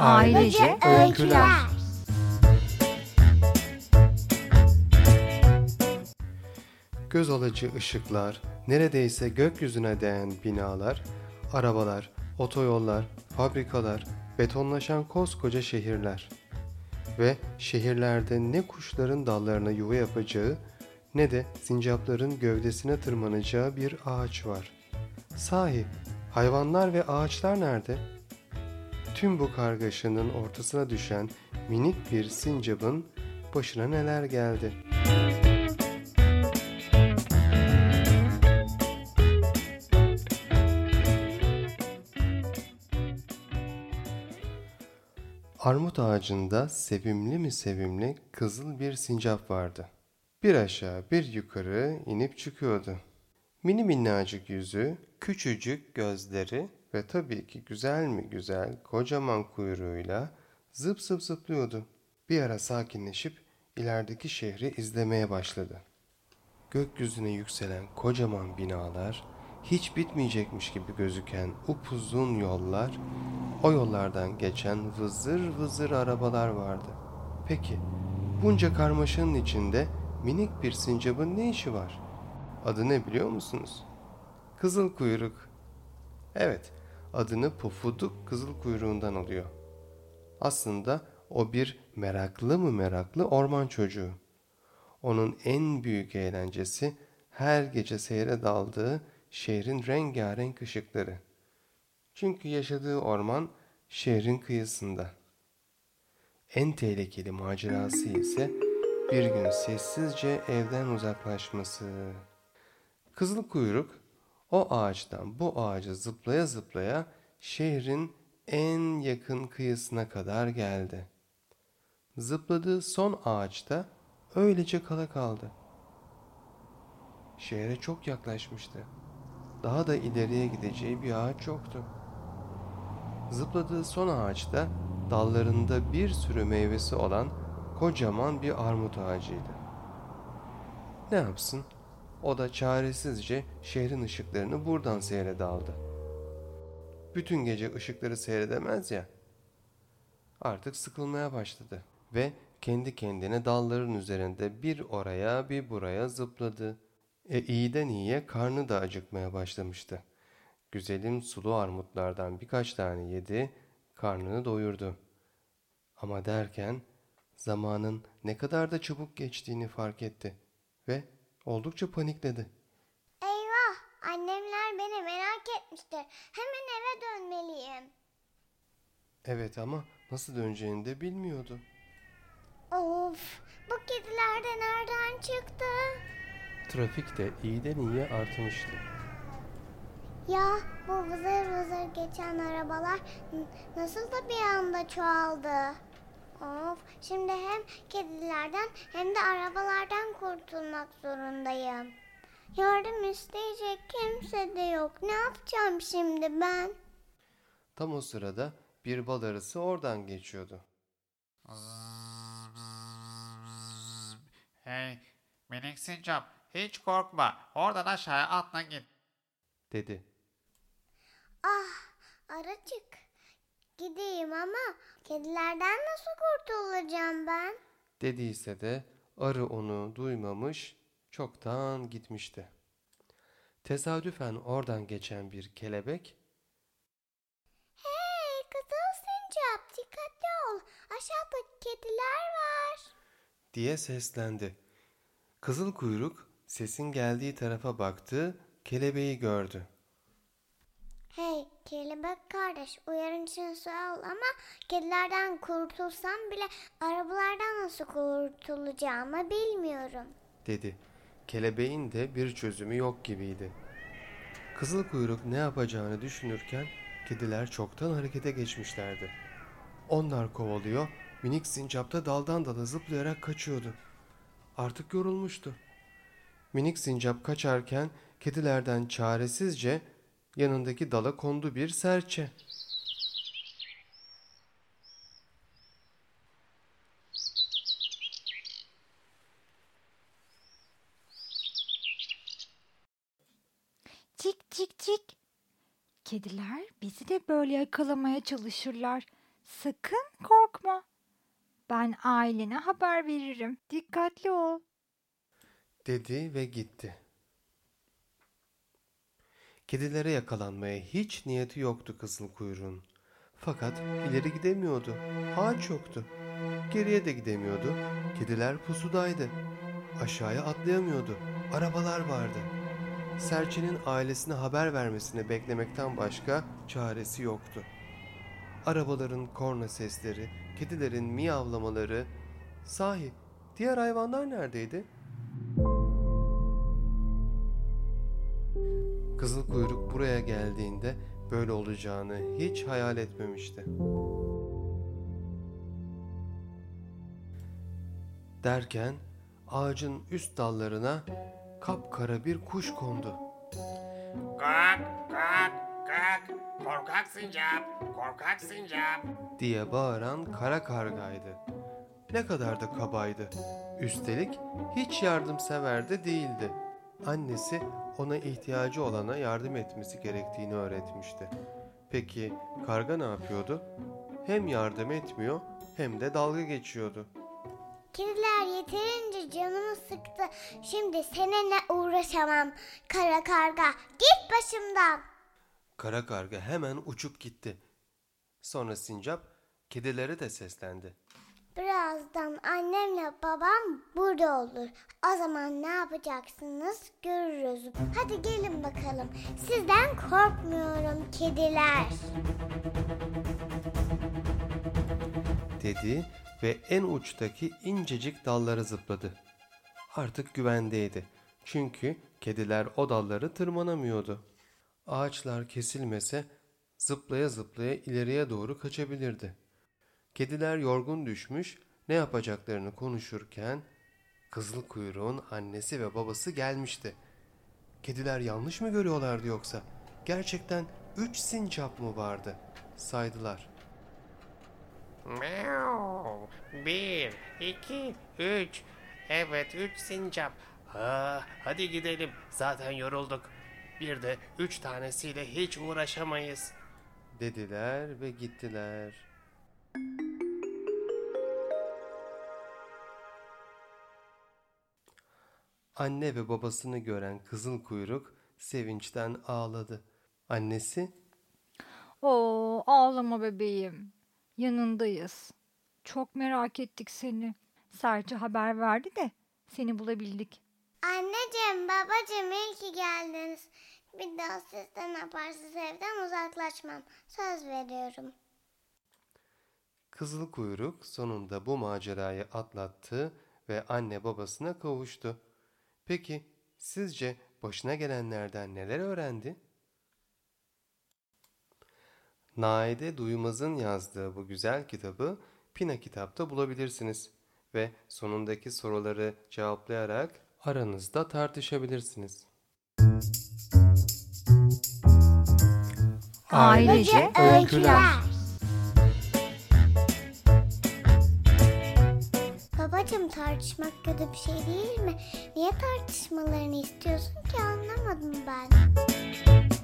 Ailece öyküler. Göz alıcı ışıklar, neredeyse gökyüzüne değen binalar, arabalar, otoyollar, fabrikalar, betonlaşan koskoca şehirler. Ve şehirlerde ne kuşların dallarına yuva yapacağı ne de sincapların gövdesine tırmanacağı bir ağaç var. Sahi, hayvanlar ve ağaçlar nerede? Tüm bu kargaşanın ortasına düşen minik bir sincapın başına neler geldi? Armut ağacında sevimli mi sevimli kızıl bir sincap vardı. Bir aşağı bir yukarı inip çıkıyordu. Mini minnacık yüzü, küçücük gözleri ve tabii ki güzel mi güzel kocaman kuyruğuyla zıp zıp zıplıyordu. Bir ara sakinleşip ilerideki şehri izlemeye başladı. Gökyüzüne yükselen kocaman binalar, hiç bitmeyecekmiş gibi gözüken upuzun yollar, o yollardan geçen vızır vızır arabalar vardı. Peki, bunca karmaşanın içinde minik bir sincapın ne işi var? Adı ne biliyor musunuz? Kızıl kuyruk. Evet, adını pofuduk kızıl kuyruğundan alıyor. Aslında o bir meraklı mı meraklı orman çocuğu. Onun en büyük eğlencesi her gece seyre daldığı şehrin rengarenk ışıkları. Çünkü yaşadığı orman şehrin kıyısında. En tehlikeli macerası ise bir gün sessizce evden uzaklaşması. Kızıl kuyruk o ağaçtan bu ağaca zıplaya zıplaya şehrin en yakın kıyısına kadar geldi. Zıpladığı son ağaçta öylece kala kaldı. Şehre çok yaklaşmıştı. Daha da ileriye gideceği bir ağaç yoktu. Zıpladığı son ağaçta dallarında bir sürü meyvesi olan kocaman bir armut ağacıydı. Ne yapsın? O da çaresizce şehrin ışıklarını buradan seyre daldı. Bütün gece ışıkları seyredemez ya. Artık sıkılmaya başladı ve kendi kendine dalların üzerinde bir oraya bir buraya zıpladı. İyiden iyiye karnı da acıkmaya başlamıştı. Güzelim sulu armutlardan birkaç tane yedi, karnını doyurdu. Ama derken zamanın ne kadar da çabuk geçtiğini fark etti ve oldukça panikledi. Eyvah! Annemler beni merak etmiştir. Hemen eve dönmeliyim. Evet ama nasıl döneceğini de bilmiyordu. Of! Bu kediler de nereden çıktı? Trafik de iyiden iyiye artmıştı. Ya bu vızır vızır geçen arabalar nasıl da bir anda çoğaldı? Of! Şimdi hem kedilerden hem de arabalardan kurtulmak zorundayım. Yardım isteyecek kimse de yok. Ne yapacağım şimdi ben? Tam o sırada bir bal arısı oradan geçiyordu. Hey, minik sincap, hiç korkma. Oradan aşağıya atla git. Dedi. Ah, aracık. Gideyim ama kedilerden nasıl kurtulacağım ben? Dediyse de arı onu duymamış, çoktan gitmişti. Tesadüfen oradan geçen bir kelebek, Hey kızıl sincap, dikkatli ol. Aşağıda kediler var. diye seslendi. Kızıl kuyruk sesin geldiği tarafa baktı, kelebeği gördü. Hey kelebek kardeş, uyarın için sağ ol ama kedilerden kurtulsam bile arabalardan nasıl kurtulacağımı bilmiyorum. Dedi. Kelebeğin de bir çözümü yok gibiydi. Kızıl kuyruk ne yapacağını düşünürken kediler çoktan harekete geçmişlerdi. Onlar kovalıyor, minik sincap da daldan dala zıplayarak kaçıyordu. Artık yorulmuştu. Minik sincap kaçarken kedilerden çaresizce yanındaki dala kondu bir serçe. Cik cik cik. Kediler bizi de böyle yakalamaya çalışırlar. Sakın korkma. Ben ailene haber veririm. Dikkatli ol. dedi ve gitti. Kedilere yakalanmaya hiç niyeti yoktu Kızılkuyruğun. Fakat ileri gidemiyordu. Ağaç yoktu. Geriye de gidemiyordu. Kediler pusudaydı. Aşağıya atlayamıyordu. Arabalar vardı. Serçenin ailesine haber vermesini beklemekten başka çaresi yoktu. Arabaların korna sesleri, kedilerin miyavlamaları... Sahi, diğer hayvanlar neredeydi? Kızılkuyruk buraya geldiğinde böyle olacağını hiç hayal etmemişti. Derken ağacın üst dallarına kapkara bir kuş kondu. Kalk, kalk, kalk. Korkak sincap, korkak sincap. Diye bağıran kara kargaydı. Ne kadar da kabaydı. Üstelik hiç yardımsever de değildi. Annesi ona ihtiyacı olana yardım etmesi gerektiğini öğretmişti. Peki karga ne yapıyordu? Hem yardım etmiyor hem de dalga geçiyordu. Kediler yeterince canımı sıktı. Şimdi seninle uğraşamam. Kara karga, git başımdan. Kara karga hemen uçup gitti. Sonra sincap kedilere de seslendi. Birazdan annemle babam burada olur. O zaman ne yapacaksınız görürüz. Hadi gelin bakalım. Sizden korkmuyorum kediler. Dedi ve en uçtaki incecik dallara zıpladı. Artık güvendeydi. Çünkü kediler o dalları tırmanamıyordu. Ağaçlar kesilmese zıplaya zıplaya ileriye doğru kaçabilirdi. Kediler yorgun düşmüş, ne yapacaklarını konuşurken Kızılkuyruğun annesi ve babası gelmişti. Kediler yanlış mı görüyorlardı yoksa? Gerçekten 3 sincap mı vardı? Saydılar. Meow. 1, 2, 3. Evet, 3 sincap. Hadi gidelim. Zaten yorulduk. Bir de 3 tanesiyle hiç uğraşamayız. Dediler ve gittiler. Anne ve babasını gören Kızılkuyruk sevinçten ağladı. Annesi, Oo, ağlama bebeğim. Yanındayız. Çok merak ettik seni. Serçe haber verdi de seni bulabildik. Anneciğim, babacığım iyi ki geldiniz. Bir daha sizden habersiz evden uzaklaşmam. Söz veriyorum. Kızılkuyruk sonunda bu macerayı atlattı ve anne babasına kavuştu. Peki sizce başına gelenlerden neler öğrendi? Naide Duymaz'ın yazdığı bu güzel kitabı Pina Kitap'ta bulabilirsiniz ve sonundaki soruları cevaplayarak aranızda tartışabilirsiniz. Ailece öyküler. Babacığım, tartışmak kötü bir şey değil mi? Niye tartışmalarını istiyorsun ki, anlamadım ben.